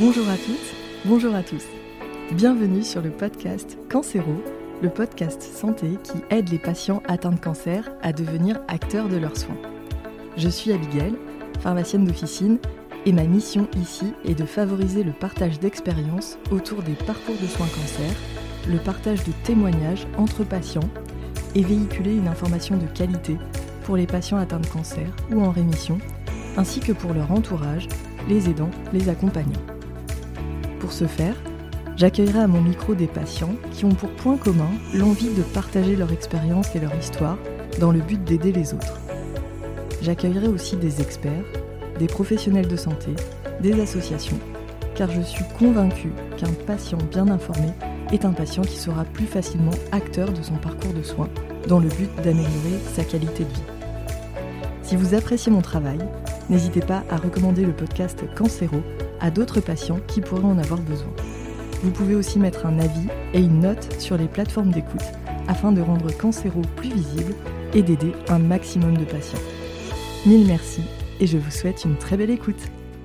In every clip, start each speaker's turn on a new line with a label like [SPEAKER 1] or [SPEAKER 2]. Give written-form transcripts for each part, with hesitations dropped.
[SPEAKER 1] Bonjour à toutes, bonjour à tous. Bienvenue sur le podcast Cancéro, le podcast santé qui aide les patients atteints de cancer à devenir acteurs de leurs soins. Je suis Abigail, pharmacienne d'officine, et ma mission ici est de favoriser le partage d'expériences autour des parcours de soins cancer, le partage de témoignages entre patients et véhiculer une information de qualité pour les patients atteints de cancer ou en rémission, ainsi que pour leur entourage, les aidants, les accompagnants. Pour ce faire, j'accueillerai à mon micro des patients qui ont pour point commun l'envie de partager leur expérience et leur histoire dans le but d'aider les autres. J'accueillerai aussi des experts, des professionnels de santé, des associations, car je suis convaincue qu'un patient bien informé est un patient qui sera plus facilement acteur de son parcours de soins dans le but d'améliorer sa qualité de vie. Si vous appréciez mon travail, n'hésitez pas à recommander le podcast Cancéro à d'autres patients qui pourraient en avoir besoin. Vous pouvez aussi mettre un avis et une note sur les plateformes d'écoute afin de rendre Cancéro plus visible et d'aider un maximum de patients. Mille merci et je vous souhaite une très belle écoute.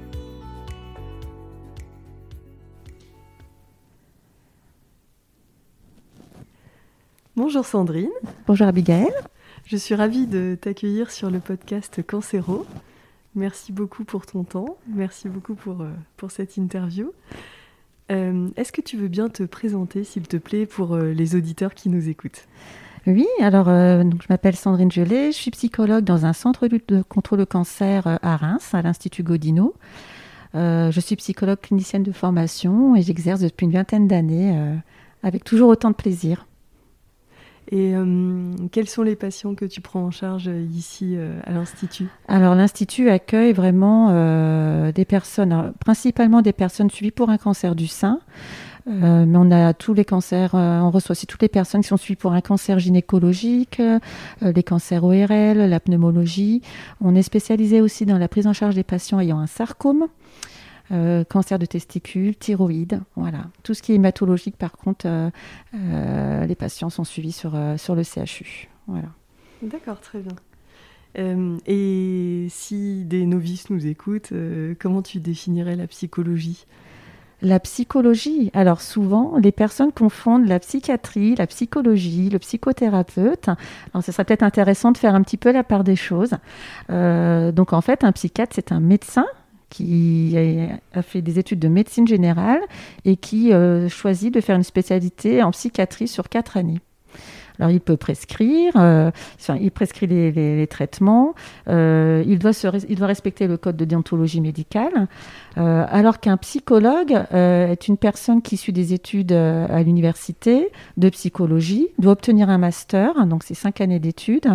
[SPEAKER 1] Bonjour Sandrine.
[SPEAKER 2] Bonjour Abigail.
[SPEAKER 1] Je suis ravie de t'accueillir sur le podcast Cancéro. Merci beaucoup pour ton temps, merci beaucoup pour cette interview. Est-ce que tu veux bien te présenter, s'il te plaît, pour les auditeurs qui nous écoutent ?
[SPEAKER 2] Oui, alors donc je m'appelle Sandrine Gelé, je suis psychologue dans un centre de lutte contre le cancer à Reims, à l'Institut Godino. Je suis psychologue clinicienne de formation et j'exerce depuis une vingtaine d'années avec toujours autant de plaisir.
[SPEAKER 1] Et quels sont les patients que tu prends en charge ici à l'Institut ?
[SPEAKER 2] Alors l'Institut accueille vraiment des personnes, principalement des personnes suivies pour un cancer du sein. Mais on a tous les cancers, on reçoit aussi toutes les personnes qui sont suivies pour un cancer gynécologique, les cancers ORL, la pneumologie. On est spécialisé aussi dans la prise en charge des patients ayant un sarcome. Cancer de testicules, thyroïde, voilà. Tout ce qui est hématologique, par contre, les patients sont suivis sur le CHU. Voilà.
[SPEAKER 1] D'accord, très bien. Et si des novices nous écoutent, comment tu définirais la psychologie ?
[SPEAKER 2] La psychologie, alors souvent, les personnes confondent la psychiatrie, la psychologie, le psychothérapeute. Alors, ce serait peut-être intéressant de faire un petit peu la part des choses. Donc, en fait, un psychiatre, c'est un médecin qui a fait des études de médecine générale et qui choisit de faire une spécialité en psychiatrie sur 4 années. Alors, il peut prescrire, il prescrit les traitements, il doit respecter le code de déontologie médicale, alors qu'un psychologue est une personne qui suit des études à l'université de psychologie, doit obtenir un master, donc c'est 5 années d'études.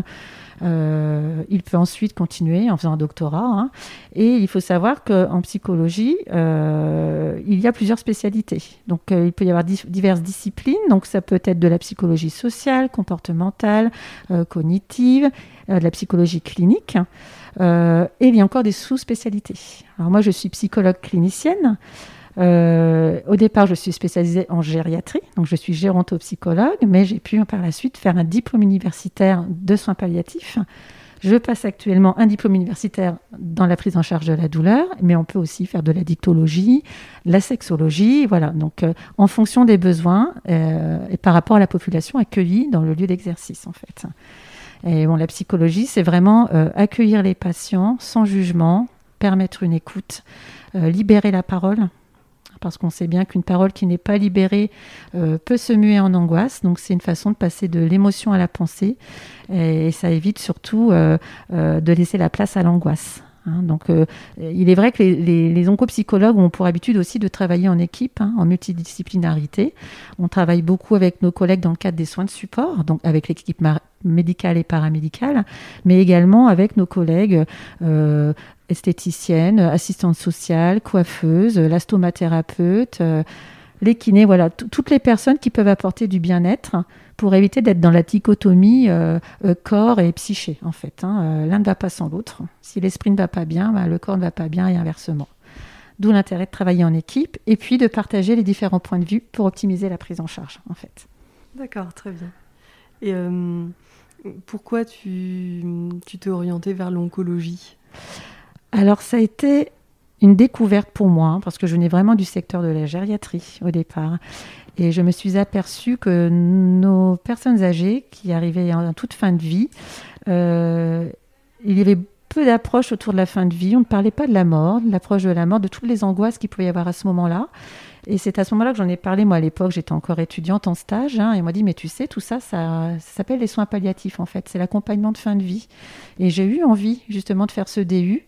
[SPEAKER 2] Il peut ensuite continuer en faisant un doctorat. Et il faut savoir qu'en psychologie, il y a plusieurs spécialités. Donc, il peut y avoir diverses disciplines. Donc, ça peut être de la psychologie sociale, comportementale, cognitive, de la psychologie clinique. Et il y a encore des sous-spécialités. Alors, moi, je suis psychologue clinicienne. Au départ, je suis spécialisée en gériatrie, donc je suis gérontopsychologue, mais j'ai pu par la suite faire un diplôme universitaire de soins palliatifs. Je passe actuellement un diplôme universitaire dans la prise en charge de la douleur, mais on peut aussi faire de la dictologie, la sexologie, voilà. Donc, en fonction des besoins et par rapport à la population accueillie dans le lieu d'exercice, en fait. Et bon, la psychologie, c'est vraiment accueillir les patients sans jugement, permettre une écoute, libérer la parole. Parce qu'on sait bien qu'une parole qui n'est pas libérée peut se muer en angoisse. Donc, c'est une façon de passer de l'émotion à la pensée. Et ça évite surtout de laisser la place à l'angoisse. Donc, il est vrai que les oncopsychologues ont pour habitude aussi de travailler en équipe, en multidisciplinarité. On travaille beaucoup avec nos collègues dans le cadre des soins de support, donc avec l'équipe médicale et paramédicale, mais également avec nos collègues esthéticiennes, assistantes sociales, coiffeuses, la stomathérapeute, les kinés, voilà, toutes les personnes qui peuvent apporter du bien-être pour éviter d'être dans la dichotomie corps et psyché, en fait. L'un ne va pas sans l'autre. Si l'esprit ne va pas bien, le corps ne va pas bien et inversement. D'où l'intérêt de travailler en équipe et puis de partager les différents points de vue pour optimiser la prise en charge, en fait.
[SPEAKER 1] D'accord, très bien. Et pourquoi tu t'es orientée vers l'oncologie ?
[SPEAKER 2] Alors, ça a été une découverte pour moi, parce que je venais vraiment du secteur de la gériatrie au départ. Et je me suis aperçue que nos personnes âgées qui arrivaient en toute fin de vie, il y avait peu d'approches autour de la fin de vie. On ne parlait pas de la mort, de l'approche de la mort, de toutes les angoisses qu'il pouvait y avoir à ce moment-là. Et c'est à ce moment-là que j'en ai parlé. Moi, à l'époque, j'étais encore étudiante en stage. Et on m'a dit, mais tu sais, tout ça, ça s'appelle les soins palliatifs, en fait. C'est l'accompagnement de fin de vie. Et j'ai eu envie, justement, de faire ce DU.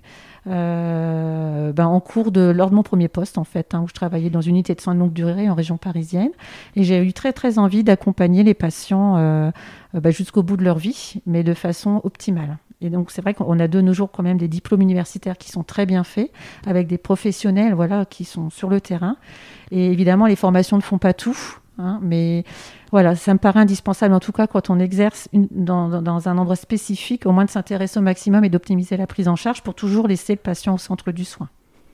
[SPEAKER 2] En cours lors de mon premier poste en fait, où je travaillais dans une unité de soins de longue durée en région parisienne, et j'ai eu très très envie d'accompagner les patients jusqu'au bout de leur vie, mais de façon optimale. Et donc c'est vrai qu'on a de nos jours quand même des diplômes universitaires qui sont très bien faits, avec des professionnels qui sont sur le terrain, et évidemment les formations ne font pas tout, mais voilà, ça me paraît indispensable, en tout cas quand on exerce dans un endroit spécifique, au moins de s'intéresser au maximum et d'optimiser la prise en charge pour toujours laisser le patient au centre du soin.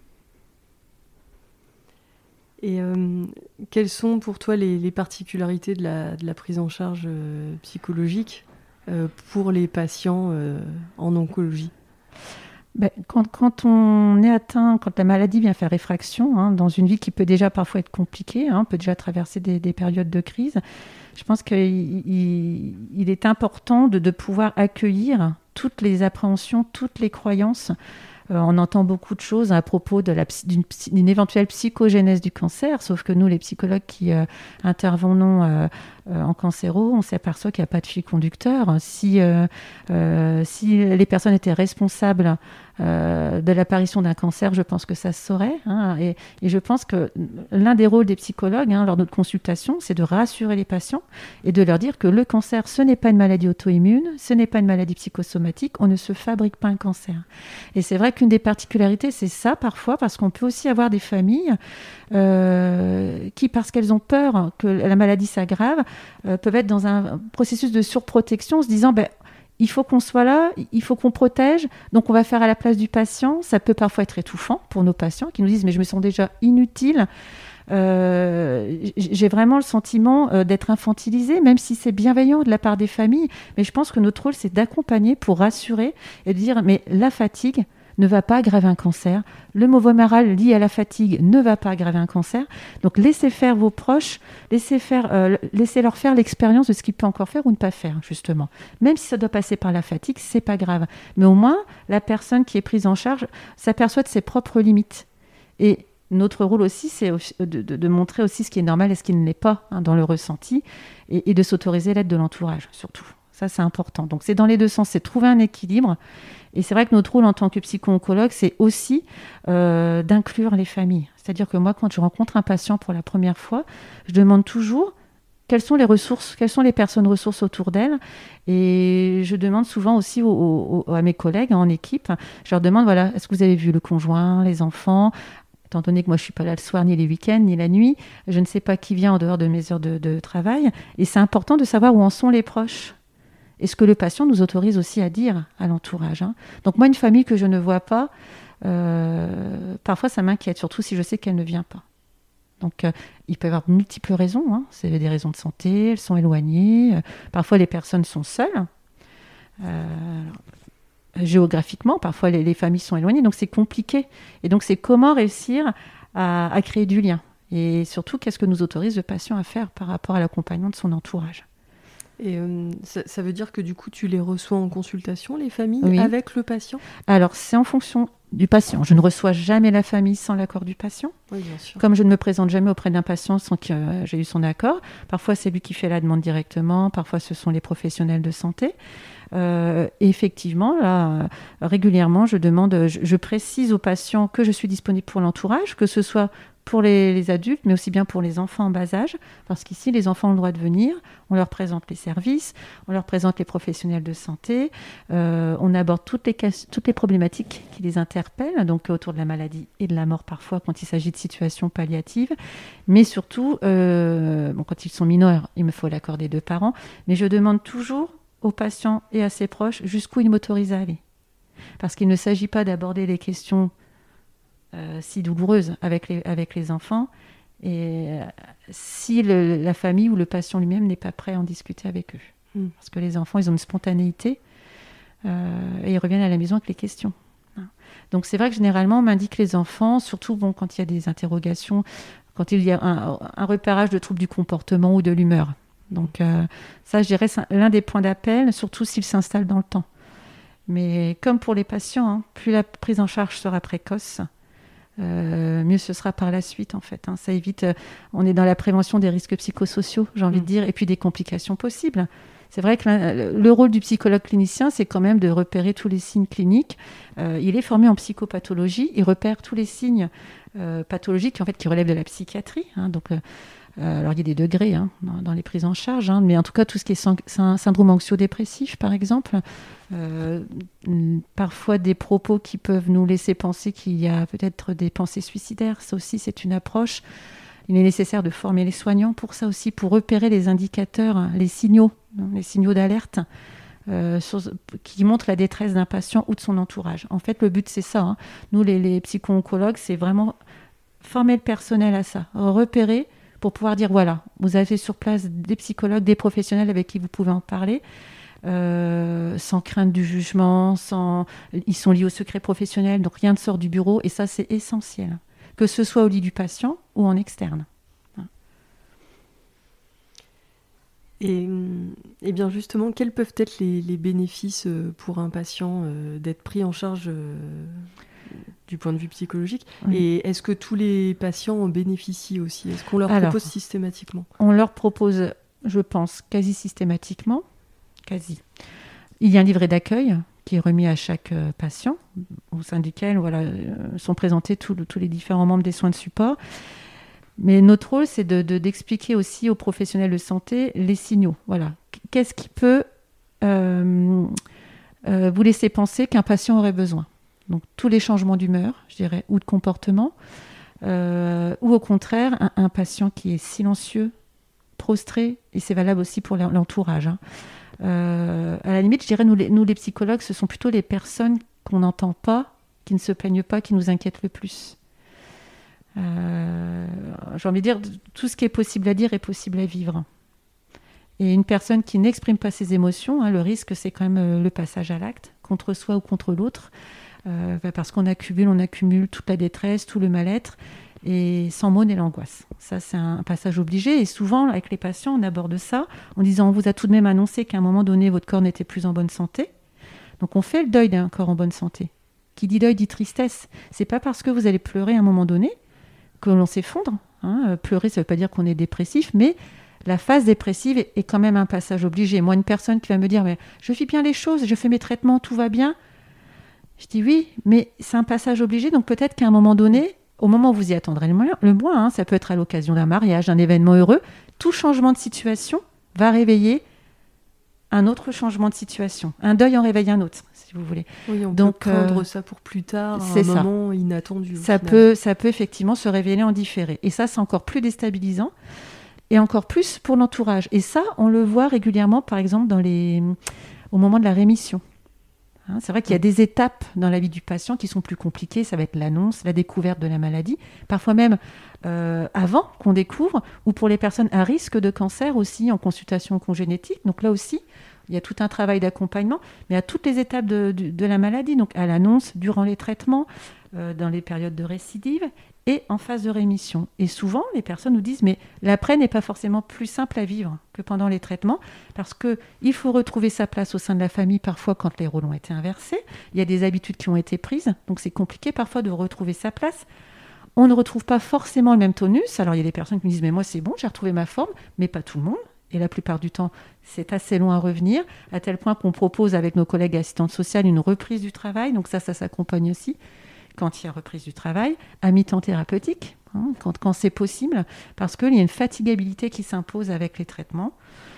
[SPEAKER 1] Et quelles sont pour toi les particularités de la prise en charge psychologique pour les patients en oncologie ?
[SPEAKER 2] Quand on est atteint, quand la maladie vient faire effraction, dans une vie qui peut déjà parfois être compliquée, peut déjà traverser des périodes de crise, je pense qu'il est important de pouvoir accueillir toutes les appréhensions, toutes les croyances. On entend beaucoup de choses à propos d'une éventuelle psychogénèse du cancer, sauf que nous, les psychologues qui intervenons en cancéro, on s'aperçoit qu'il n'y a pas de fil conducteur. Si les personnes étaient responsables de l'apparition d'un cancer, je pense que ça se saurait. Et je pense que l'un des rôles des psychologues, lors de notre consultation, c'est de rassurer les patients et de leur dire que le cancer, ce n'est pas une maladie auto-immune, ce n'est pas une maladie psychosomatique, on ne se fabrique pas un cancer. Et c'est vrai qu'une des particularités, c'est ça parfois, parce qu'on peut aussi avoir des familles qui, parce qu'elles ont peur que la maladie s'aggrave, peuvent être dans un processus de surprotection, en se disant il faut qu'on soit là, il faut qu'on protège, donc on va faire à la place du patient. Ça peut parfois être étouffant pour nos patients qui nous disent mais je me sens déjà inutile. J'ai vraiment le sentiment d'être infantilisée, même si c'est bienveillant de la part des familles. Mais je pense que notre rôle, c'est d'accompagner pour rassurer et de dire mais la fatigue ne va pas aggraver un cancer. Le mauvais moral lié à la fatigue ne va pas aggraver un cancer. Donc laissez faire vos proches, laissez-leur faire l'expérience de ce qu'ils peuvent encore faire ou ne pas faire, justement. Même si ça doit passer par la fatigue, c'est pas grave. Mais au moins, la personne qui est prise en charge s'aperçoit de ses propres limites. Et notre rôle aussi, c'est de montrer aussi ce qui est normal et ce qui ne l'est pas dans le ressenti, et de s'autoriser l'aide de l'entourage, surtout. Ça, c'est important. Donc, c'est dans les deux sens, c'est trouver un équilibre. Et c'est vrai que notre rôle en tant que psycho-oncologue, c'est aussi d'inclure les familles. C'est-à-dire que moi, quand je rencontre un patient pour la première fois, je demande toujours quelles sont les ressources, quelles sont les personnes ressources autour d'elle. Et je demande souvent aussi à mes collègues en équipe, je leur demande, voilà, est-ce que vous avez vu le conjoint, les enfants ? Étant donné que moi, je ne suis pas là le soir, ni les week-ends, ni la nuit, je ne sais pas qui vient en dehors de mes heures de travail. Et c'est important de savoir où en sont les proches. Et ce que le patient nous autorise aussi à dire à l'entourage. Donc moi, une famille que je ne vois pas, parfois ça m'inquiète, surtout si je sais qu'elle ne vient pas. Donc il peut y avoir multiples raisons. C'est des raisons de santé, elles sont éloignées. Parfois les personnes sont seules. Géographiquement, parfois les familles sont éloignées, donc c'est compliqué. Et donc c'est comment réussir à créer du lien. Et surtout, qu'est-ce que nous autorise le patient à faire par rapport à l'accompagnement de son entourage.
[SPEAKER 1] Et ça veut dire que du coup, tu les reçois en consultation, les familles,
[SPEAKER 2] oui.
[SPEAKER 1] Avec le patient ?
[SPEAKER 2] Alors, c'est en fonction du patient. Je ne reçois jamais la famille sans l'accord du patient.
[SPEAKER 1] Oui, bien sûr. Comme
[SPEAKER 2] je ne me présente jamais auprès d'un patient sans que j'ai eu son accord. Parfois, c'est lui qui fait la demande directement. Parfois, ce sont les professionnels de santé. Effectivement, là, régulièrement, je précise aux patients que je suis disponible pour l'entourage, que ce soit pour les adultes, mais aussi bien pour les enfants en bas âge, parce qu'ici, les enfants ont le droit de venir, on leur présente les services, on leur présente les professionnels de santé, on aborde toutes les problématiques qui les interpellent, donc autour de la maladie et de la mort parfois, quand il s'agit de situations palliatives, mais surtout, quand ils sont mineurs, il me faut l'accord des deux parents, mais je demande toujours aux patients et à ses proches jusqu'où ils m'autorisent à aller. Parce qu'il ne s'agit pas d'aborder les questions si douloureuses avec les enfants, et si la famille ou le patient lui-même n'est pas prêt à en discuter avec eux. Parce que les enfants, ils ont une spontanéité et ils reviennent à la maison avec les questions. Donc c'est vrai que généralement on m'indique les enfants, surtout quand il y a des interrogations, quand il y a un repérage de troubles du comportement ou de l'humeur. Donc ça, je dirais, c'est l'un des points d'appel, surtout s'il s'installe dans le temps. Mais comme pour les patients, plus la prise en charge sera précoce, mieux ce sera par la suite en fait. Ça évite, on est dans la prévention des risques psychosociaux, j'ai envie de dire, et puis des complications possibles. C'est vrai que le rôle du psychologue clinicien, c'est quand même de repérer tous les signes cliniques. Il est formé en psychopathologie, il repère tous les signes pathologiques qui relèvent de la psychiatrie. Alors il y a des degrés dans les prises en charge, mais en tout cas tout ce qui est syndrome anxio-dépressif par exemple, parfois des propos qui peuvent nous laisser penser qu'il y a peut-être des pensées suicidaires, ça aussi c'est une approche. Il est nécessaire de former les soignants pour ça aussi, pour repérer les indicateurs, les signaux d'alerte qui montrent la détresse d'un patient ou de son entourage. En fait, le but c'est ça. Nous les psycho-oncologues, c'est vraiment former le personnel à ça, repérer pour pouvoir dire voilà, vous avez sur place des psychologues, des professionnels avec qui vous pouvez en parler, sans crainte du jugement, ils sont liés au secret professionnel, donc rien ne sort du bureau, et ça c'est essentiel, que ce soit au lit du patient ou en externe.
[SPEAKER 1] Et bien justement, quels peuvent être les bénéfices pour un patient d'être pris en charge du point de vue psychologique, et est-ce que tous les patients en bénéficient aussi? Est-ce qu'on leur propose systématiquement?
[SPEAKER 2] On leur propose, je pense, quasi systématiquement. Il y a un livret d'accueil qui est remis à chaque patient, au sein duquel sont présentés tous les différents membres des soins de support. Mais notre rôle, c'est d'expliquer aussi aux professionnels de santé les signaux. Voilà. Qu'est-ce qui peut vous laisser penser qu'un patient aurait besoin? Donc tous les changements d'humeur, je dirais, ou de comportement, ou au contraire, un patient qui est silencieux, prostré, et c'est valable aussi pour l'entourage. À la limite, je dirais, nous les psychologues, ce sont plutôt les personnes qu'on n'entend pas, qui ne se plaignent pas, qui nous inquiètent le plus. J'ai envie de dire, tout ce qui est possible à dire est possible à vivre. Et une personne qui n'exprime pas ses émotions, le risque, c'est quand même le passage à l'acte, contre soi ou contre l'autre, parce qu'on accumule toute la détresse, tout le mal-être, et sans mots n'est l'angoisse. Ça, c'est un passage obligé. Et souvent, avec les patients, on aborde ça en disant, on vous a tout de même annoncé qu'à un moment donné, votre corps n'était plus en bonne santé. Donc, on fait le deuil d'un corps en bonne santé. Qui dit deuil dit tristesse. C'est pas parce que vous allez pleurer à un moment donné que l'on s'effondre. Pleurer, ça veut pas dire qu'on est dépressif, mais la phase dépressive est quand même un passage obligé. Moi, une personne qui va me dire, mais je vis bien les choses, je fais mes traitements, tout va bien. Je dis oui, mais c'est un passage obligé, donc peut-être qu'à un moment donné, au moment où vous y attendrez le moins, ça peut être à l'occasion d'un mariage, d'un événement heureux, tout changement de situation va réveiller un autre changement de situation. Un deuil en réveille un autre, si vous voulez.
[SPEAKER 1] Oui, on peut prendre ça pour plus tard, à un moment inattendu.
[SPEAKER 2] Ça peut effectivement se révéler en différé. Et ça, c'est encore plus déstabilisant, et encore plus pour l'entourage. Et ça, on le voit régulièrement, par exemple, au moment de la rémission. C'est vrai qu'il y a des étapes dans la vie du patient qui sont plus compliquées. Ça va être l'annonce, la découverte de la maladie, parfois même avant qu'on découvre, ou pour les personnes à risque de cancer aussi en consultation congénétique. Donc là aussi, il y a tout un travail d'accompagnement, mais à toutes les étapes de la maladie, donc à l'annonce, durant les traitements, dans les périodes de récidive et en phase de rémission. Et souvent, les personnes nous disent, mais l'après n'est pas forcément plus simple à vivre que pendant les traitements, parce qu'il faut retrouver sa place au sein de la famille parfois quand les rôles ont été inversés. Il y a des habitudes qui ont été prises, donc c'est compliqué parfois de retrouver sa place. On ne retrouve pas forcément le même tonus. Alors il y a des personnes qui me disent, mais moi c'est bon, j'ai retrouvé ma forme, mais pas tout le monde. Et la plupart du temps, c'est assez long à revenir, à tel point qu'on propose avec nos collègues assistantes sociales une reprise du travail. Donc ça s'accompagne aussi, quand il y a reprise du travail, à mi-temps thérapeutique, quand c'est possible, parce qu'il y a une fatigabilité qui s'impose avec les traitements.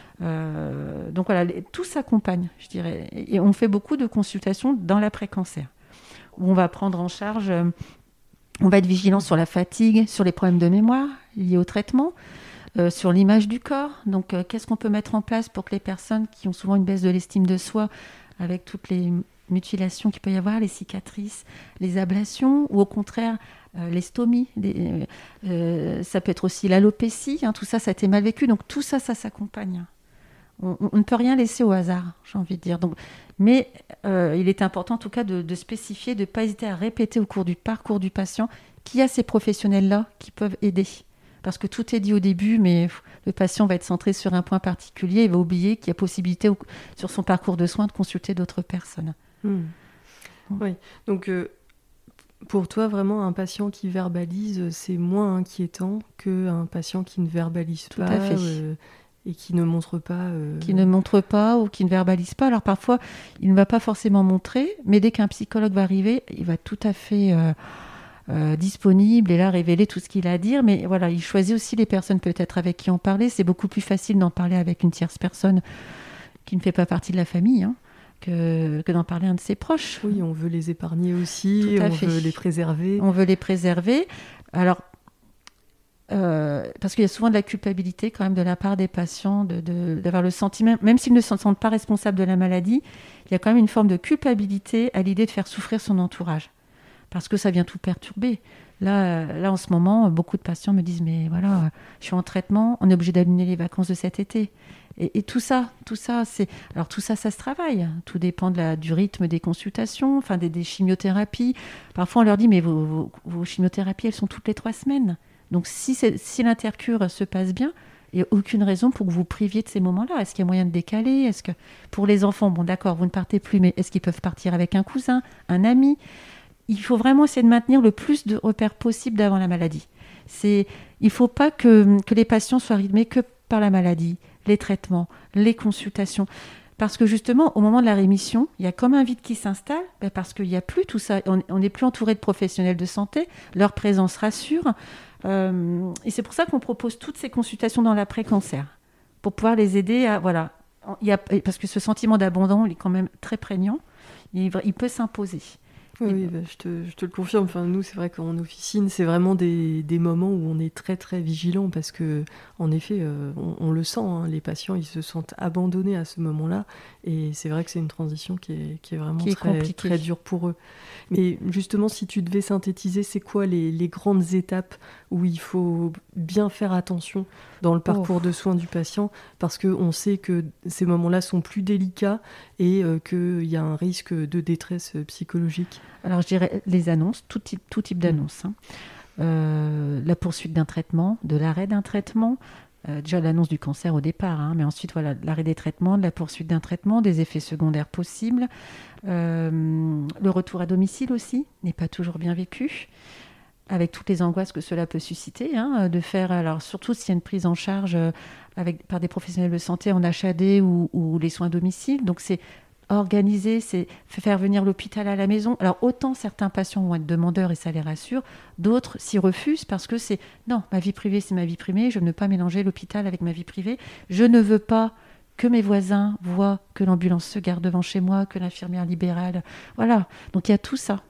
[SPEAKER 2] Donc voilà, tout s'accompagne, je dirais. Et on fait beaucoup de consultations dans l'après-cancer, où on va prendre en charge, on va être vigilant sur la fatigue, sur les problèmes de mémoire liés au traitement, sur l'image du corps. Donc qu'est-ce qu'on peut mettre en place pour que les personnes qui ont souvent une baisse de l'estime de soi, avec toutes les mutilations qu'il peut y avoir, les cicatrices, les ablations, ou au contraire les stomies, ça peut être aussi l'alopécie, tout ça, ça a été mal vécu, donc tout ça, ça s'accompagne. on ne peut rien laisser au hasard, j'ai envie de dire. Donc, mais il est important en tout cas de spécifier, de ne pas hésiter à répéter au cours du parcours du patient qu'il y a ces professionnels-là qui peuvent aider. Parce que tout est dit au début, mais le patient va être centré sur un point particulier, il va oublier qu'il y a possibilité sur son parcours de soins de consulter d'autres personnes.
[SPEAKER 1] Oui, donc pour toi, vraiment, un patient qui verbalise, c'est moins inquiétant qu'un patient qui ne verbalise
[SPEAKER 2] Tout
[SPEAKER 1] pas
[SPEAKER 2] à fait.
[SPEAKER 1] et qui ne montre pas...
[SPEAKER 2] Qui ne montre pas ou qui ne verbalise pas. Alors parfois, il ne va pas forcément montrer, mais dès qu'un psychologue va arriver, il va tout à fait disponible et là révéler tout ce qu'il a à dire. Mais voilà, il choisit aussi les personnes peut-être avec qui en parler. C'est beaucoup plus facile d'en parler avec une tierce personne qui ne fait pas partie de la famille, que d'en parler à un de ses proches.
[SPEAKER 1] Oui, on veut les épargner aussi, on veut les préserver.
[SPEAKER 2] On veut les préserver. Alors, parce qu'il y a souvent de la culpabilité quand même de la part des patients, d'avoir le sentiment, même s'ils ne se sentent pas responsables de la maladie, il y a quand même une forme de culpabilité à l'idée de faire souffrir son entourage. Parce que ça vient tout perturber. Là, en ce moment, beaucoup de patients me disent « Mais voilà, je suis en traitement, on est obligé d'annuler les vacances de cet été. » Et tout ça, c'est... Alors tout ça, ça se travaille. Tout dépend du rythme des consultations, enfin des chimiothérapies. Parfois, on leur dit « Mais vos chimiothérapies, elles sont toutes les 3 semaines. » Donc si l'intercure se passe bien, il n'y a aucune raison pour que vous priviez de ces moments-là. Est-ce qu'il y a moyen de décaler ? Est-ce que pour les enfants, bon d'accord, vous ne partez plus, mais est-ce qu'ils peuvent partir avec un cousin, un ami ? Il faut vraiment essayer de maintenir le plus de repères possible d'avant la maladie. Il ne faut pas que les patients soient rythmés que par la maladie, les traitements, les consultations. Parce que justement, au moment de la rémission, il y a comme un vide qui s'installe, parce qu'il n'y a plus tout ça. On n'est plus entouré de professionnels de santé, leur présence rassure. Et c'est pour ça qu'on propose toutes ces consultations dans l'après-cancer, pour pouvoir les aider à... Voilà, parce que ce sentiment d'abandon, il est quand même très prégnant, il peut s'imposer.
[SPEAKER 1] Oui, je te le confirme. Enfin, nous, c'est vrai qu'en officine, c'est vraiment des moments où on est très, très vigilant parce que, en effet, on le sent, les patients, ils se sentent abandonnés à ce moment-là. Et c'est vrai que c'est une transition qui est vraiment très, très dure pour eux. Mais justement, si tu devais synthétiser, c'est quoi les grandes étapes où il faut bien faire attention dans le parcours de soins du patient, parce qu'on sait que ces moments-là sont plus délicats et qu'il y a un risque de détresse psychologique.
[SPEAKER 2] Alors je dirais les annonces, tout type d'annonces. La poursuite d'un traitement, de l'arrêt d'un traitement, déjà l'annonce du cancer au départ, mais ensuite voilà, l'arrêt des traitements, de la poursuite d'un traitement, des effets secondaires possibles. Le retour à domicile aussi n'est pas toujours bien vécu, avec toutes les angoisses que cela peut susciter, de faire, alors surtout s'il y a une prise en charge par des professionnels de santé en HAD ou les soins à domicile. Donc c'est organiser, c'est faire venir l'hôpital à la maison. Alors autant certains patients vont être demandeurs et ça les rassure, d'autres s'y refusent parce que c'est non, ma vie privée c'est ma vie privée, je ne veux pas mélanger l'hôpital avec ma vie privée, je ne veux pas que mes voisins voient que l'ambulance se gare devant chez moi, que l'infirmière libérale, voilà. Donc il y a tout ça.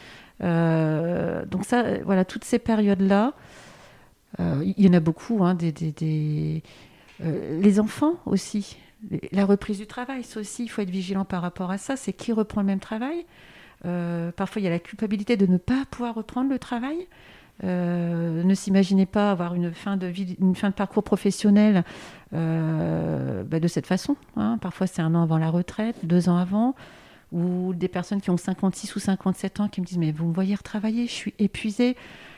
[SPEAKER 2] Donc ça, voilà, toutes ces périodes-là, il y en a beaucoup, les enfants aussi. La reprise du travail, ça aussi, il faut être vigilant par rapport à ça. C'est qui reprend le même travail. Parfois, il y a la culpabilité de ne pas pouvoir reprendre le travail. Ne s'imaginez pas avoir une fin de parcours professionnel de cette façon. Parfois, c'est 1 an avant la retraite, 2 ans avant, ou des personnes qui ont 56 ou 57 ans qui me disent « Mais vous me voyez retravailler, je suis épuisée. »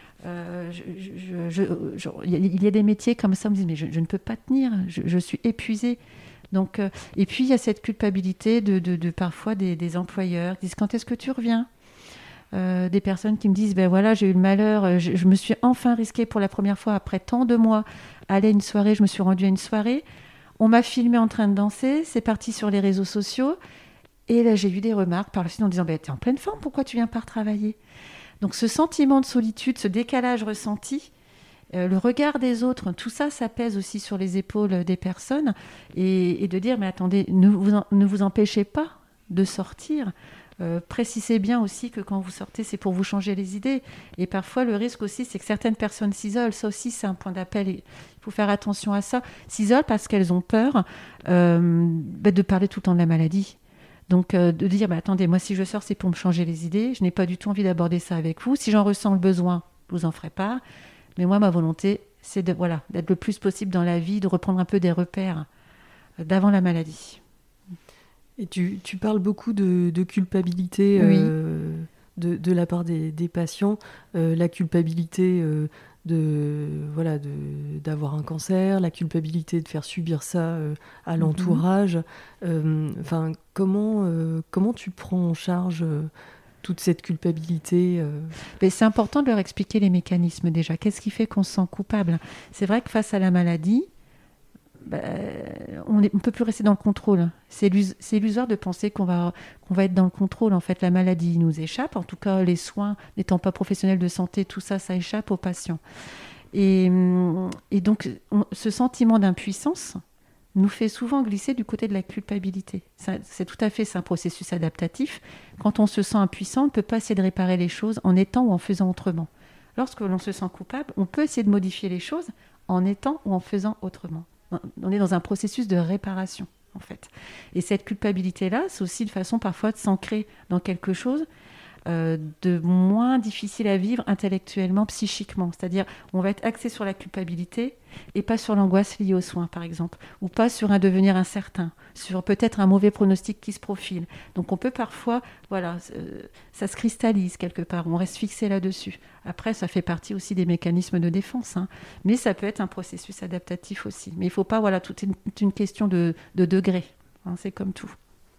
[SPEAKER 2] Il y a des métiers comme ça, on me dit « Mais je ne peux pas tenir, je suis épuisée. » Donc, et puis, il y a cette culpabilité de parfois des employeurs qui disent « Quand est-ce que tu reviens ?» Des personnes qui me disent « Ben voilà, j'ai eu le malheur, je me suis enfin risquée pour la première fois après tant de mois à aller à une soirée, je me suis rendue à une soirée, on m'a filmé en train de danser, c'est parti sur les réseaux sociaux, et là j'ai eu des remarques par la suite en disant « Ben t'es en pleine forme, pourquoi tu viens pas retravailler ?» Donc ce sentiment de solitude, ce décalage ressenti, le regard des autres, tout ça, ça pèse aussi sur les épaules des personnes. Et de dire, mais attendez, ne vous empêchez pas de sortir. Précisez bien aussi que quand vous sortez, c'est pour vous changer les idées. Et parfois, le risque aussi, c'est que certaines personnes s'isolent. Ça aussi, c'est un point d'appel. Il faut faire attention à ça. S'isolent parce qu'elles ont peur de parler tout le temps de la maladie. Donc, de dire, attendez, moi, si je sors, c'est pour me changer les idées. Je n'ai pas du tout envie d'aborder ça avec vous. Si j'en ressens le besoin, je vous en ferai part. Mais moi, ma volonté, c'est d'être le plus possible dans la vie, de reprendre un peu des repères d'avant la maladie.
[SPEAKER 1] Et tu parles beaucoup de culpabilité de la part des patients, la culpabilité d'avoir un cancer, la culpabilité de faire subir ça à l'entourage. Comment tu prends en charge toute cette culpabilité
[SPEAKER 2] Mais c'est important de leur expliquer les mécanismes déjà. Qu'est-ce qui fait qu'on se sent coupable ? C'est vrai que face à la maladie, on ne peut plus rester dans le contrôle. C'est illusoire de penser qu'on va être dans le contrôle. En fait, la maladie nous échappe. En tout cas, les soins, n'étant pas professionnels de santé, tout ça, ça échappe aux patients. Et donc, ce sentiment d'impuissance nous fait souvent glisser du côté de la culpabilité. C'est tout à fait un processus adaptatif. Quand on se sent impuissant, on ne peut pas essayer de réparer les choses en étant ou en faisant autrement. Lorsque l'on se sent coupable, on peut essayer de modifier les choses en étant ou en faisant autrement. On est dans un processus de réparation, en fait. Et cette culpabilité-là, c'est aussi une façon parfois de s'ancrer dans quelque chose de moins difficile à vivre intellectuellement, psychiquement. C'est-à-dire, on va être axé sur la culpabilité et pas sur l'angoisse liée aux soins, par exemple, ou pas sur un devenir incertain, sur peut-être un mauvais pronostic qui se profile. Donc on peut parfois, ça se cristallise quelque part, on reste fixé là-dessus. Après, ça fait partie aussi des mécanismes de défense, mais ça peut être un processus adaptatif aussi. Mais il ne faut pas, tout est une question de degré, c'est comme tout.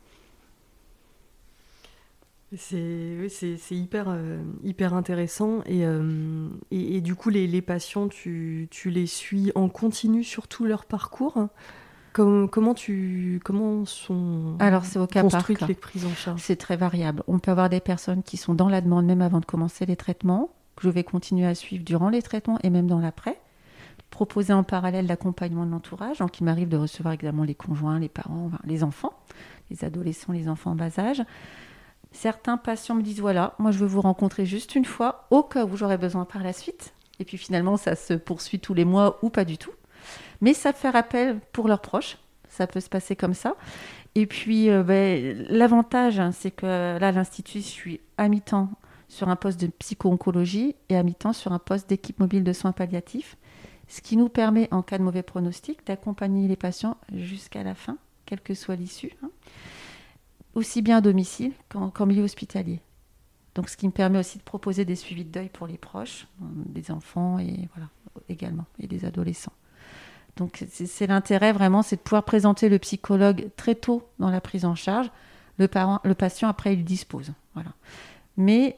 [SPEAKER 1] C'est hyper intéressant et du coup les patients tu les suis en continu sur tout leur parcours. Comment sont
[SPEAKER 2] Alors, c'est au cas
[SPEAKER 1] construites
[SPEAKER 2] par cas.
[SPEAKER 1] Les prises en charge?
[SPEAKER 2] C'est très variable. On peut avoir des personnes qui sont dans la demande même avant de commencer les traitements, que je vais continuer à suivre durant les traitements et même dans l'après. Proposer en parallèle l'accompagnement de l'entourage. Donc, il m'arrive de recevoir également les conjoints, les parents, les enfants, les adolescents, les enfants en bas âge. Certains patients me disent, moi je veux vous rencontrer juste une fois, au cas où j'aurai besoin par la suite. Et puis finalement, ça se poursuit tous les mois ou pas du tout. Mais ça fait rappel pour leurs proches. Ça peut se passer comme ça. Et puis, l'avantage, c'est que là, à l'Institut, je suis à mi-temps sur un poste de psycho-oncologie et à mi-temps sur un poste d'équipe mobile de soins palliatifs. Ce qui nous permet, en cas de mauvais pronostic, d'accompagner les patients jusqu'à la fin, quelle que soit l'issue. Aussi bien à domicile qu'en milieu hospitalier. Donc, ce qui me permet aussi de proposer des suivis de deuil pour les proches, des enfants et également, et des adolescents. Donc, c'est l'intérêt vraiment, c'est de pouvoir présenter le psychologue très tôt dans la prise en charge. Le patient, après, il dispose. Voilà. Mais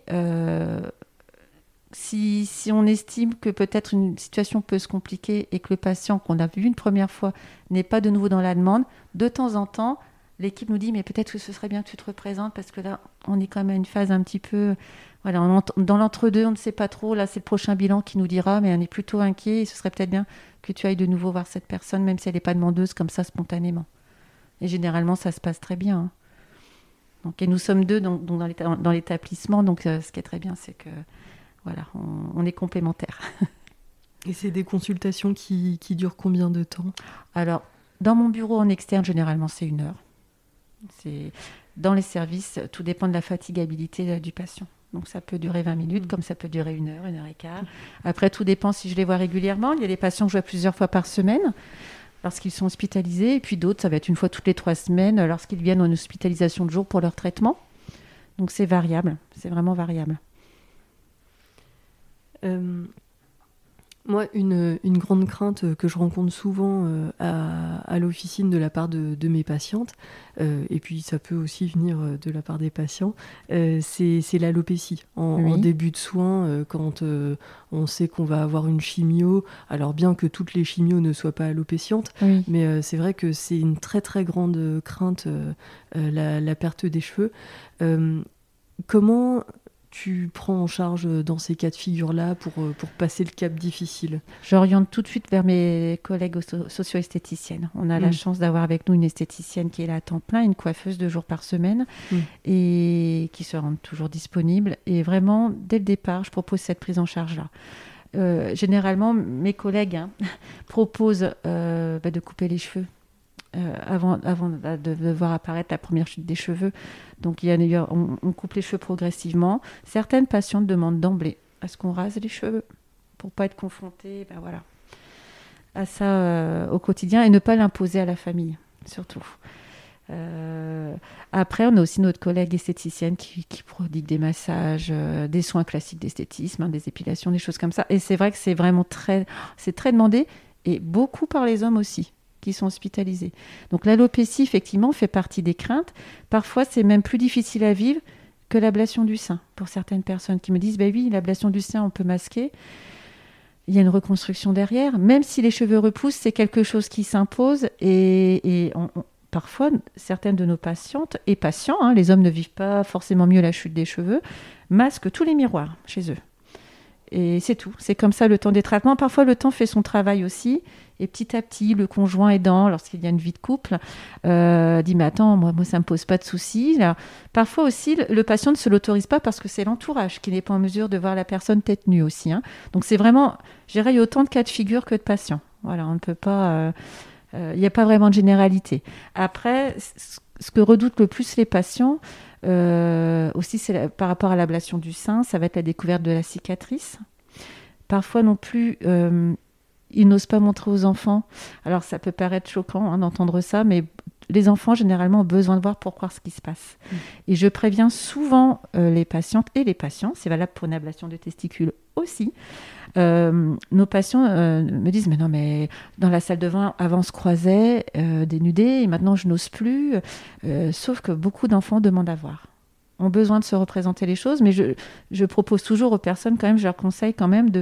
[SPEAKER 2] si on estime que peut-être une situation peut se compliquer et que le patient qu'on a vu une première fois n'est pas de nouveau dans la demande, de temps en temps, l'équipe nous dit, mais peut-être que ce serait bien que tu te représentes parce que là, on est quand même à une phase un petit peu... dans l'entre-deux, on ne sait pas trop. Là, c'est le prochain bilan qui nous dira, mais on est plutôt inquiet et ce serait peut-être bien que tu ailles de nouveau voir cette personne, même si elle n'est pas demandeuse, comme ça, spontanément. Et généralement, ça se passe très bien. Donc, et nous sommes deux donc dans l'établissement. Donc, ce qui est très bien, c'est que on est complémentaires.
[SPEAKER 1] Et c'est des consultations qui durent combien de temps ?
[SPEAKER 2] Alors, dans mon bureau en externe, généralement, c'est 1 heure. Dans les services, tout dépend de la fatigabilité du patient. Donc ça peut durer 20 minutes, comme ça peut durer 1 heure, 1 heure et quart. Après, tout dépend si je les vois régulièrement. Il y a des patients que je vois plusieurs fois par semaine lorsqu'ils sont hospitalisés. Et puis d'autres, ça va être 1 fois toutes les 3 semaines lorsqu'ils viennent en hospitalisation de jour pour leur traitement. Donc c'est variable, c'est vraiment variable.
[SPEAKER 1] Moi, une grande crainte que je rencontre souvent à l'officine de la part de mes patientes, et puis ça peut aussi venir de la part des patients, c'est l'alopécie. En début de soins, quand on sait qu'on va avoir une chimio, alors bien que toutes les chimios ne soient pas alopéciantes, mais c'est vrai que c'est une très très grande crainte, la perte des cheveux. Comment tu prends en charge dans ces cas de figure-là pour passer le cap difficile ?
[SPEAKER 2] J'oriente tout de suite vers mes collègues socio-esthéticiennes. On a la chance d'avoir avec nous une esthéticienne qui est là à temps plein, une coiffeuse 2 jours par semaine et qui se rend toujours disponible. Et vraiment, dès le départ, je propose cette prise en charge-là. Généralement, mes collègues proposent de couper les cheveux. Avant de voir apparaître la première chute des cheveux. Donc, on coupe les cheveux progressivement. Certaines patientes demandent d'emblée à ce qu'on rase les cheveux pour ne pas être confrontées à ça au quotidien et ne pas l'imposer à la famille. surtout. Après, on a aussi notre collègue esthéticienne qui prodigue des massages, des soins classiques d'esthétisme, des épilations, des choses comme ça. Et c'est vrai que c'est vraiment très demandé, et beaucoup par les hommes aussi, qui sont hospitalisés. Donc l'alopécie, effectivement, fait partie des craintes. Parfois, c'est même plus difficile à vivre que l'ablation du sein, pour certaines personnes qui me disent, oui, l'ablation du sein, on peut masquer. Il y a une reconstruction derrière. Même si les cheveux repoussent, c'est quelque chose qui s'impose, et parfois, certaines de nos patientes et patients, les hommes ne vivent pas forcément mieux la chute des cheveux, masquent tous les miroirs chez eux. Et c'est tout. C'est comme ça le temps des traitements. Parfois, le temps fait son travail aussi. Et petit à petit, le conjoint aidant, lorsqu'il y a une vie de couple, dit « Mais attends, moi ça ne me pose pas de soucis. » Parfois aussi, le patient ne se l'autorise pas parce que c'est l'entourage qui n'est pas en mesure de voir la personne tête nue aussi. Donc c'est vraiment, je dirais, il y a autant de cas de figure que de patients. Voilà, on ne peut pas... Il n'y a pas vraiment de généralité. Après, ce que redoutent le plus les patients, aussi c'est par rapport à l'ablation du sein, ça va être la découverte de la cicatrice. Parfois non plus, ils n'osent pas montrer aux enfants. Alors ça peut paraître choquant d'entendre ça, mais les enfants généralement ont besoin de voir pour croire ce qui se passe. Et je préviens souvent les patientes et les patients, c'est valable pour une ablation de testicules aussi. Nos patients me disent mais non, mais dans la salle de bain avant on se croisait dénudés et maintenant je n'ose plus, sauf que beaucoup d'enfants demandent à voir, ont besoin de se représenter les choses, mais je propose toujours aux personnes quand même, je leur conseille quand même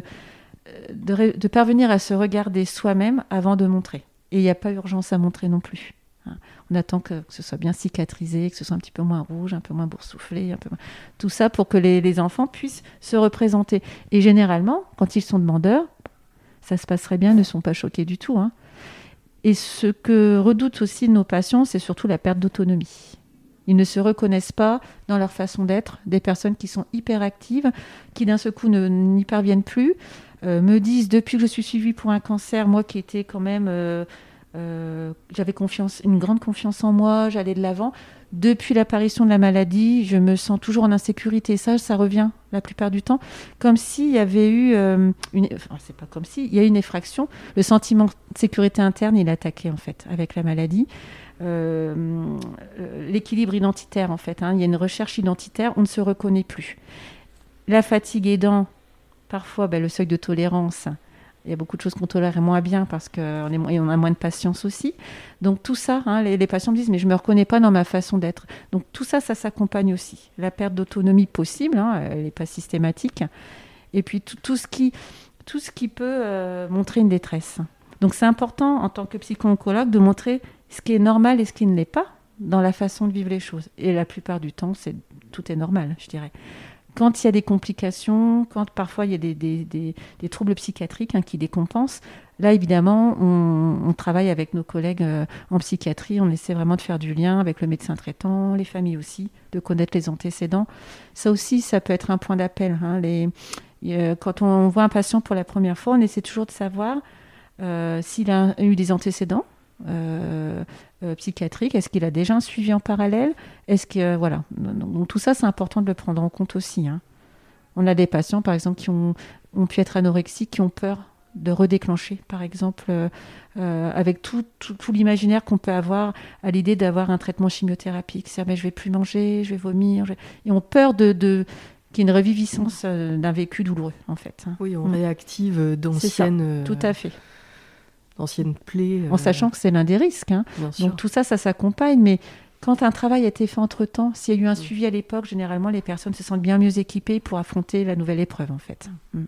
[SPEAKER 2] de parvenir à se regarder soi-même avant de montrer, et il n'y a pas urgence à montrer non plus. On attend que ce soit bien cicatrisé, que ce soit un petit peu moins rouge, un peu moins boursouflé, tout ça pour que les enfants puissent se représenter. Et généralement, quand ils sont demandeurs, ça se passerait bien, ils ne sont pas choqués du tout. Et ce que redoutent aussi nos patients, c'est surtout la perte d'autonomie. Ils ne se reconnaissent pas dans leur façon d'être, des personnes qui sont hyperactives, qui d'un seul coup n'y parviennent plus, me disent depuis que je suis suivie pour un cancer, moi qui étais quand même... j'avais une grande confiance en moi, j'allais de l'avant. Depuis l'apparition de la maladie, je me sens toujours en insécurité. Ça revient la plupart du temps, comme s'il y avait eu c'est pas comme si, il y a eu une effraction. Le sentiment de sécurité interne, il est attaqué en fait avec la maladie. L'équilibre identitaire en fait, il y a une recherche identitaire, on ne se reconnaît plus. La fatigue aidant, parfois le seuil de tolérance. Il y a beaucoup de choses qu'on tolère moins bien parce qu'on a moins de patience aussi. Donc tout ça, les patients me disent « mais je ne me reconnais pas dans ma façon d'être ». Donc tout ça, ça s'accompagne aussi. La perte d'autonomie possible, elle n'est pas systématique. Et puis tout ce qui peut montrer une détresse. Donc c'est important en tant que psycho-oncologue de montrer ce qui est normal et ce qui ne l'est pas dans la façon de vivre les choses. Et la plupart du temps, tout est normal, je dirais. Quand il y a des complications, quand parfois il y a des troubles psychiatriques qui décompensent, là évidemment on travaille avec nos collègues en psychiatrie, on essaie vraiment de faire du lien avec le médecin traitant, les familles aussi, de connaître les antécédents. Ça aussi, ça peut être un point d'appel. Quand on voit un patient pour la première fois, on essaie toujours de savoir s'il a eu des antécédents psychiatrique, est-ce qu'il a déjà un suivi en parallèle, est-ce que voilà, donc tout ça c'est important de le prendre en compte aussi. On a des patients par exemple qui ont pu être anorexiques, qui ont peur de redéclencher par exemple avec tout l'imaginaire qu'on peut avoir à l'idée d'avoir un traitement chimiothérapique, c'est-à-dire je vais plus manger, je vais vomir, et ont peur qu'il y ait une reviviscence d'un vécu douloureux en fait.
[SPEAKER 1] Oui, on réactive d'anciennes...
[SPEAKER 2] Tout à fait.
[SPEAKER 1] D'anciennes plaies.
[SPEAKER 2] En sachant que c'est l'un des risques. Donc tout ça s'accompagne, mais quand un travail a été fait entre-temps, s'il y a eu un suivi à l'époque, généralement les personnes se sentent bien mieux équipées pour affronter la nouvelle épreuve en fait.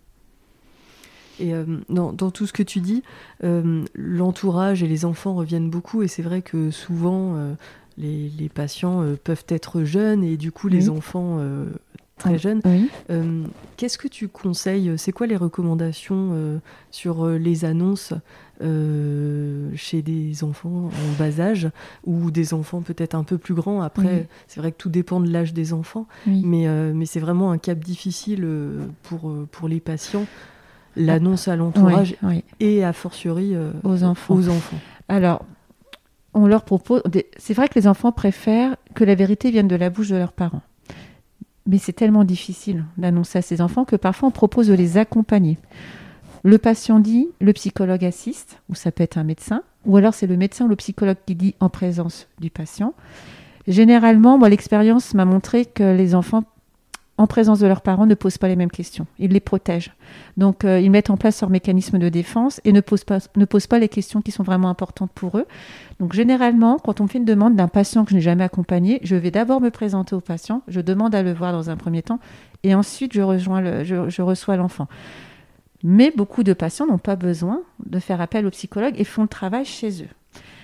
[SPEAKER 1] Et dans tout ce que tu dis, l'entourage et les enfants reviennent beaucoup, et c'est vrai que souvent les patients peuvent être jeunes et du coup les enfants... très jeune.
[SPEAKER 2] Oui.
[SPEAKER 1] Qu'est-ce que tu conseilles ? C'est quoi les recommandations sur les annonces chez des enfants en bas âge ou des enfants peut-être un peu plus grands ? Après, c'est vrai que tout dépend de l'âge des enfants, mais c'est vraiment un cap difficile pour les patients, l'annonce à l'entourage et a fortiori aux enfants.
[SPEAKER 2] Alors, on leur propose... C'est vrai que les enfants préfèrent que la vérité vienne de la bouche de leurs parents. Mais c'est tellement difficile d'annoncer à ces enfants que parfois on propose de les accompagner. Le patient dit, le psychologue assiste, ou ça peut être un médecin, ou alors c'est le médecin ou le psychologue qui dit en présence du patient. Généralement, moi, l'expérience m'a montré que les enfants, en présence de leurs parents, ne posent pas les mêmes questions. Ils les protègent. Donc, ils mettent en place leur mécanisme de défense et ne posent pas les questions qui sont vraiment importantes pour eux. Donc, généralement, quand on me fait une demande d'un patient que je n'ai jamais accompagné, je vais d'abord me présenter au patient, je demande à le voir dans un premier temps et ensuite je reçois l'enfant. Mais beaucoup de patients n'ont pas besoin de faire appel au psychologue et font le travail chez eux.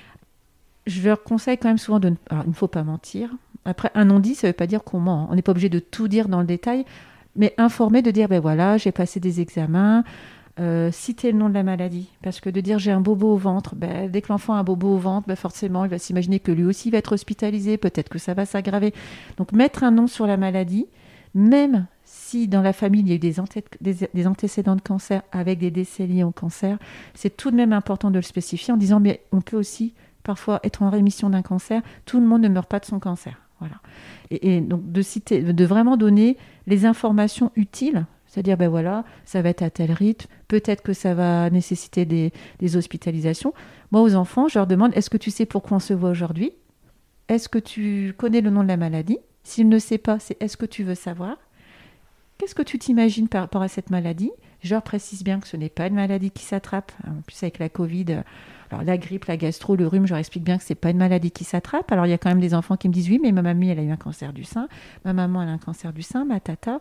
[SPEAKER 2] Je leur conseille quand même souvent alors, il ne faut pas mentir. Après, un non-dit, ça ne veut pas dire qu'on ment. On n'est pas obligé de tout dire dans le détail, mais informer, de dire, voilà, j'ai passé des examens, citer le nom de la maladie. Parce que de dire, j'ai un bobo au ventre, dès que l'enfant a un bobo au ventre, forcément, il va s'imaginer que lui aussi va être hospitalisé, peut-être que ça va s'aggraver. Donc, mettre un nom sur la maladie, même si dans la famille, il y a eu des antécédents de cancer avec des décès liés au cancer, c'est tout de même important de le spécifier en disant, mais on peut aussi parfois être en rémission d'un cancer, tout le monde ne meurt pas de son cancer. Voilà. Et donc de vraiment donner les informations utiles, c'est-à-dire voilà, ça va être à tel rythme, peut-être que ça va nécessiter des hospitalisations. Moi, aux enfants, je leur demande, est-ce que tu sais pourquoi on se voit aujourd'hui ? Est-ce que tu connais le nom de la maladie ? S'il ne sait pas, c'est est-ce que tu veux savoir ? Qu'est-ce que tu t'imagines par rapport à cette maladie ? Je leur précise bien que ce n'est pas une maladie qui s'attrape. En plus, avec la Covid, alors la grippe, la gastro, le rhume, je leur explique bien que ce n'est pas une maladie qui s'attrape. Alors, il y a quand même des enfants qui me disent, oui, mais ma mamie, elle a eu un cancer du sein. Ma maman, elle a un cancer du sein, ma tata.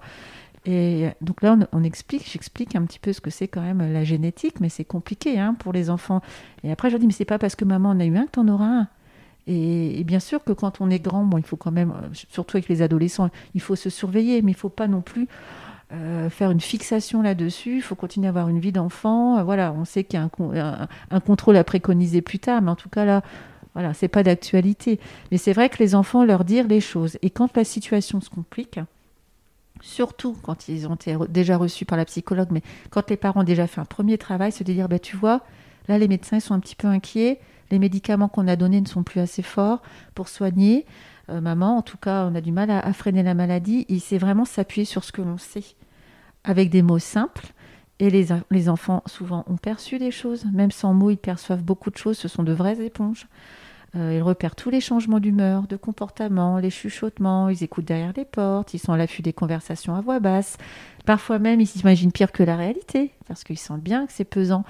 [SPEAKER 2] Et donc là, j'explique un petit peu ce que c'est quand même la génétique, mais c'est compliqué pour les enfants. Et après, je leur dis, mais c'est pas parce que maman en a eu un que tu en auras un. Et bien sûr que quand on est grand, il faut quand même, surtout avec les adolescents, il faut se surveiller, mais il ne faut pas non plus faire une fixation là-dessus. Il faut continuer à avoir une vie d'enfant. Voilà, on sait qu'il y a un contrôle à préconiser plus tard, mais en tout cas là, voilà, c'est pas d'actualité. Mais c'est vrai que les enfants, leur dire les choses. Et quand la situation se complique, surtout quand ils ont été déjà reçus par la psychologue, mais quand les parents ont déjà fait un premier travail, se dire, tu vois, là les médecins ils sont un petit peu inquiets. Les médicaments qu'on a donnés ne sont plus assez forts pour soigner. Maman, en tout cas, on a du mal à freiner la maladie. Et c'est vraiment s'appuyer sur ce que l'on sait, avec des mots simples. Et les enfants, souvent, ont perçu des choses. Même sans mots, ils perçoivent beaucoup de choses. Ce sont de vraies éponges. Ils repèrent tous les changements d'humeur, de comportement, les chuchotements. Ils écoutent derrière les portes. Ils sont à l'affût des conversations à voix basse. Parfois même, ils s'imaginent pire que la réalité, parce qu'ils sentent bien que c'est pesant.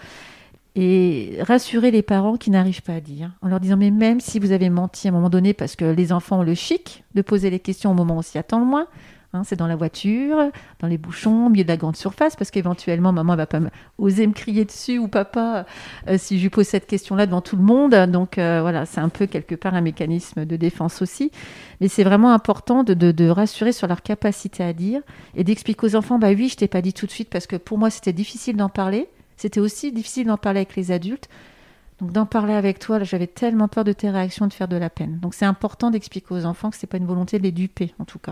[SPEAKER 2] Et rassurer les parents qui n'arrivent pas à dire, en leur disant, mais même si vous avez menti à un moment donné, parce que les enfants ont le chic de poser les questions au moment où on s'y attend le moins, c'est dans la voiture, dans les bouchons, au milieu de la grande surface, parce qu'éventuellement, maman ne va pas oser me crier dessus, ou papa, si je lui pose cette question-là devant tout le monde. Donc voilà, c'est un peu quelque part un mécanisme de défense aussi. Mais c'est vraiment important de rassurer sur leur capacité à dire, et d'expliquer aux enfants, oui, je ne t'ai pas dit tout de suite, parce que pour moi, c'était difficile d'en parler. C'était aussi difficile d'en parler avec les adultes. Donc d'en parler avec toi, là, j'avais tellement peur de tes réactions, de faire de la peine. Donc c'est important d'expliquer aux enfants que ce n'est pas une volonté de les duper, en tout cas.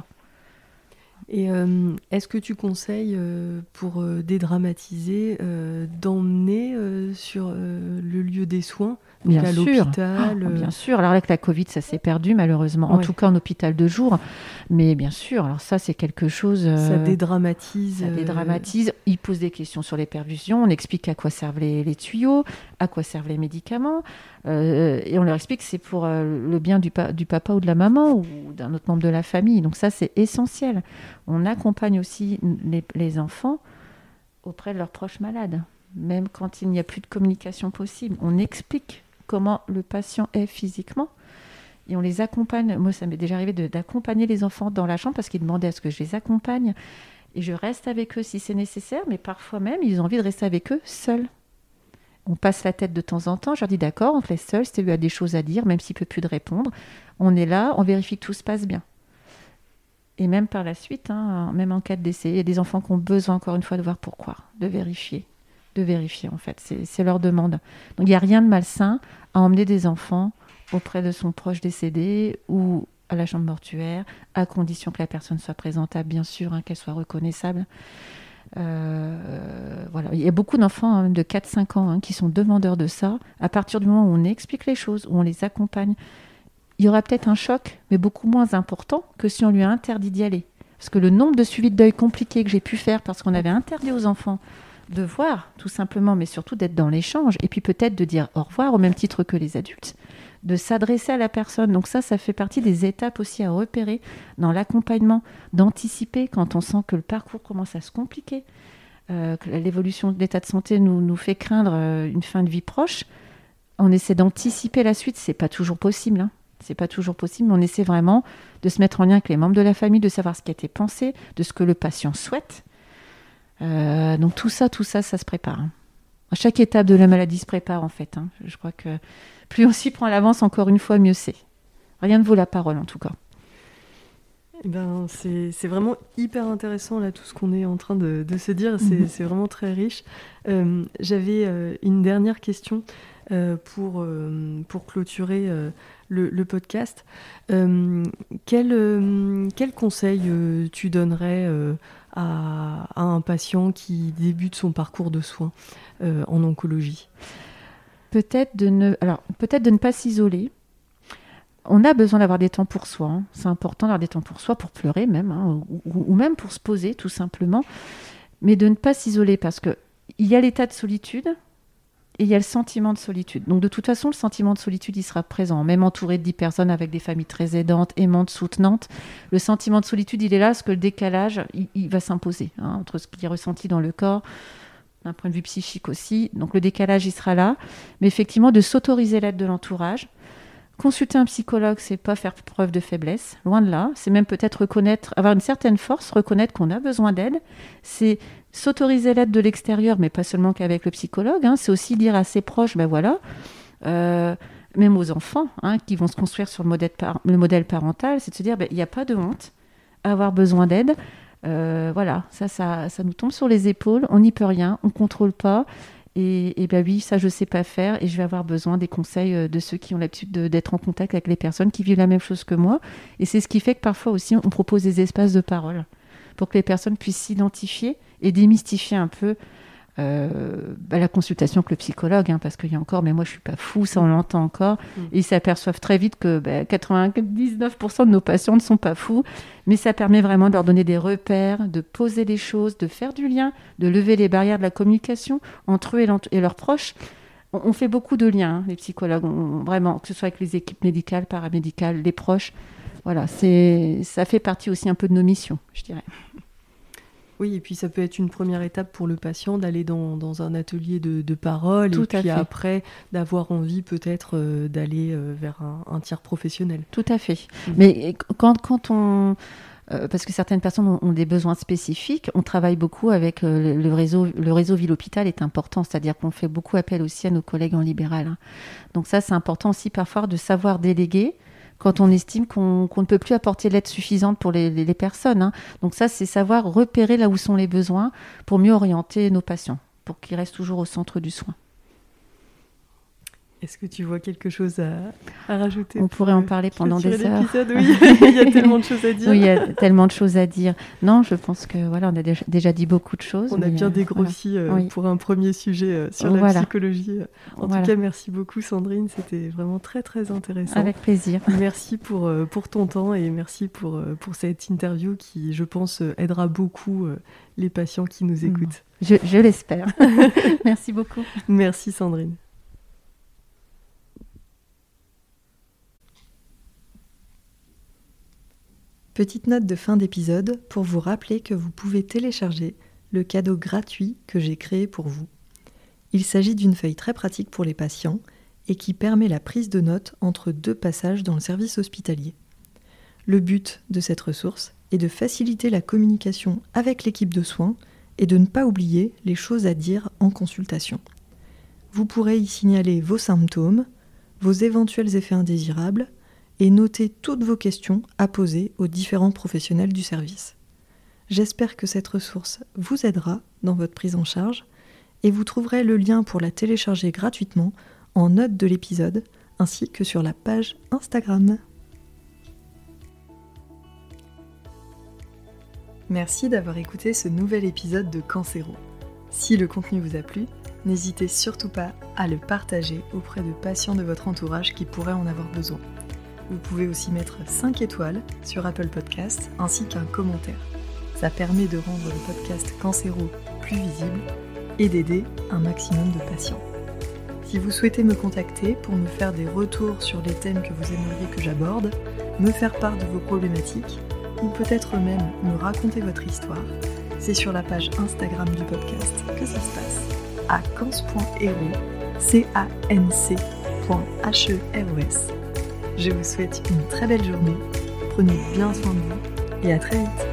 [SPEAKER 1] Et est-ce que tu conseilles, pour dédramatiser, d'emmener sur le lieu des soins, donc
[SPEAKER 2] bien
[SPEAKER 1] à
[SPEAKER 2] sûr.
[SPEAKER 1] l'hôpital
[SPEAKER 2] Bien sûr. Alors avec la Covid, ça s'est perdu malheureusement. En tout cas en hôpital de jour. Mais bien sûr, alors ça c'est quelque chose...
[SPEAKER 1] Ça dédramatise.
[SPEAKER 2] Ça dédramatise. Ils posent des questions sur les perfusions. On explique à quoi servent les tuyaux, à quoi servent les médicaments. Et on leur explique que c'est pour le bien du papa ou de la maman ou d'un autre membre de la famille. Donc ça c'est essentiel. On accompagne aussi les enfants auprès de leurs proches malades. Même quand il n'y a plus de communication possible, on explique comment le patient est physiquement et on les accompagne. Moi, ça m'est déjà arrivé d'accompagner les enfants dans la chambre parce qu'ils demandaient à ce que je les accompagne et je reste avec eux si c'est nécessaire, mais parfois même, ils ont envie de rester avec eux seuls. On passe la tête de temps en temps, je leur dis d'accord, on te laisse seul, si tu as des choses à dire, même s'il ne peut plus te répondre. On est là, on vérifie que tout se passe bien. Et même par la suite, même en cas de décès, il y a des enfants qui ont besoin, encore une fois, de voir pourquoi, de vérifier en fait, c'est leur demande. Donc il n'y a rien de malsain à emmener des enfants auprès de son proche décédé ou à la chambre mortuaire, à condition que la personne soit présentable, bien sûr, qu'elle soit reconnaissable. Voilà. Il y a beaucoup d'enfants de 4-5 ans qui sont demandeurs de ça. À partir du moment où on explique les choses, où on les accompagne, il y aura peut-être un choc, mais beaucoup moins important que si on lui a interdit d'y aller. Parce que le nombre de suivis de deuil compliqués que j'ai pu faire parce qu'on avait interdit aux enfants de voir tout simplement, mais surtout d'être dans l'échange et puis peut-être de dire au revoir au même titre que les adultes, de s'adresser à la personne. Donc ça fait partie des étapes aussi à repérer dans l'accompagnement, d'anticiper quand on sent que le parcours commence à se compliquer, que l'évolution de l'état de santé nous fait craindre une fin de vie proche. On essaie d'anticiper la suite, c'est pas toujours possible, hein. C'est pas toujours possible, mais on essaie vraiment de se mettre en lien avec les membres de la famille, de savoir ce qui a été pensé, de ce que le patient souhaite. Donc tout ça se prépare, hein. À chaque étape de la maladie se prépare en fait, hein. Je crois que plus on s'y prend à l'avance, encore une fois, mieux c'est. Rien ne vaut la parole en tout cas.
[SPEAKER 1] Eh ben, c'est vraiment hyper intéressant là tout ce qu'on est en train de se dire, c'est vraiment très riche. J'avais une dernière question pour clôturer le podcast. Quel conseil tu donnerais à un patient qui débute son parcours de soins en oncologie ?
[SPEAKER 2] Peut-être de ne pas s'isoler. On a besoin d'avoir des temps pour soi, hein. C'est important d'avoir des temps pour soi, pour pleurer même, hein, ou même pour se poser tout simplement. Mais de ne pas s'isoler parce qu'il y a l'état de solitude et il y a le sentiment de solitude. Donc de toute façon, le sentiment de solitude, il sera présent. Même entouré de 10 personnes avec des familles très aidantes, aimantes, soutenantes, le sentiment de solitude, il est là parce que le décalage, il va s'imposer, hein, entre ce qui est ressenti dans le corps, d'un point de vue psychique aussi. Donc le décalage, il sera là. Mais effectivement, de s'autoriser l'aide de l'entourage. Consulter un psychologue, c'est pas faire preuve de faiblesse, loin de là. C'est même peut-être avoir une certaine force, reconnaître qu'on a besoin d'aide. C'est s'autoriser l'aide de l'extérieur, mais pas seulement qu'avec le psychologue, hein. C'est aussi dire à ses proches, même aux enfants, hein, qui vont se construire sur le modèle parental, c'est de se dire, il n'y a pas de honte à avoir besoin d'aide. Ça nous tombe sur les épaules, on n'y peut rien, on ne contrôle pas. Et oui, ça, je ne sais pas faire et je vais avoir besoin des conseils de ceux qui ont l'habitude d'être en contact avec les personnes qui vivent la même chose que moi. Et c'est ce qui fait que parfois aussi, on propose des espaces de parole pour que les personnes puissent s'identifier et démystifier un peu la consultation avec le psychologue, hein, parce qu'il y a encore, mais moi je suis pas fou, ça on l'entend encore, et ils s'aperçoivent très vite que 99% de nos patients ne sont pas fous, mais ça permet vraiment de leur donner des repères, de poser les choses, de faire du lien, de lever les barrières de la communication entre eux et leurs proches. On fait beaucoup de liens, hein, les psychologues, vraiment, que ce soit avec les équipes médicales, paramédicales, les proches, voilà, ça fait partie aussi un peu de nos missions, je dirais.
[SPEAKER 1] Oui, et puis ça peut être une première étape pour le patient d'aller dans un atelier de parole,
[SPEAKER 2] Tout
[SPEAKER 1] et puis
[SPEAKER 2] à fait.
[SPEAKER 1] après d'avoir envie peut-être d'aller vers un tiers professionnel.
[SPEAKER 2] Tout à fait. Mais quand on... parce que certaines personnes ont des besoins spécifiques, on travaille beaucoup avec le réseau ville-hôpital est important, c'est-à-dire qu'on fait beaucoup appel aussi à nos collègues en libéral, hein. Donc ça, c'est important aussi parfois de savoir déléguer quand on estime qu'on ne peut plus apporter l'aide suffisante pour les personnes, hein. Donc ça, c'est savoir repérer là où sont les besoins pour mieux orienter nos patients, pour qu'ils restent toujours au centre du soin.
[SPEAKER 1] Est-ce que tu vois quelque chose à rajouter ?
[SPEAKER 2] On pourrait en parler pendant des heures.
[SPEAKER 1] Oui, il y a tellement de choses à dire.
[SPEAKER 2] Oui, il y a tellement de choses à dire. Non, je pense que on a déjà dit beaucoup de choses.
[SPEAKER 1] On a bien dégrossi pour un premier sujet sur la psychologie. En tout cas, merci beaucoup Sandrine, c'était vraiment très très intéressant.
[SPEAKER 2] Avec plaisir.
[SPEAKER 1] Merci pour ton temps et merci pour cette interview qui, je pense, aidera beaucoup les patients qui nous écoutent.
[SPEAKER 2] Je l'espère. Merci beaucoup.
[SPEAKER 1] Merci Sandrine. Petite note de fin d'épisode pour vous rappeler que vous pouvez télécharger le cadeau gratuit que j'ai créé pour vous. Il s'agit d'une feuille très pratique pour les patients et qui permet la prise de notes entre 2 passages dans le service hospitalier. Le but de cette ressource est de faciliter la communication avec l'équipe de soins et de ne pas oublier les choses à dire en consultation. Vous pourrez y signaler vos symptômes, vos éventuels effets indésirables, et notez toutes vos questions à poser aux différents professionnels du service. J'espère que cette ressource vous aidera dans votre prise en charge et vous trouverez le lien pour la télécharger gratuitement en note de l'épisode ainsi que sur la page Instagram. Merci d'avoir écouté ce nouvel épisode de Cancéro. Si le contenu vous a plu, n'hésitez surtout pas à le partager auprès de patients de votre entourage qui pourraient en avoir besoin. Vous pouvez aussi mettre 5 étoiles sur Apple Podcasts ainsi qu'un commentaire. Ça permet de rendre le podcast Cancéro plus visible et d'aider un maximum de patients. Si vous souhaitez me contacter pour me faire des retours sur les thèmes que vous aimeriez que j'aborde, me faire part de vos problématiques, ou peut-être même me raconter votre histoire, c'est sur la page Instagram du podcast que ça se passe, à cans.hero, canc.heros. Je vous souhaite une très belle journée, prenez bien soin de vous et à très vite.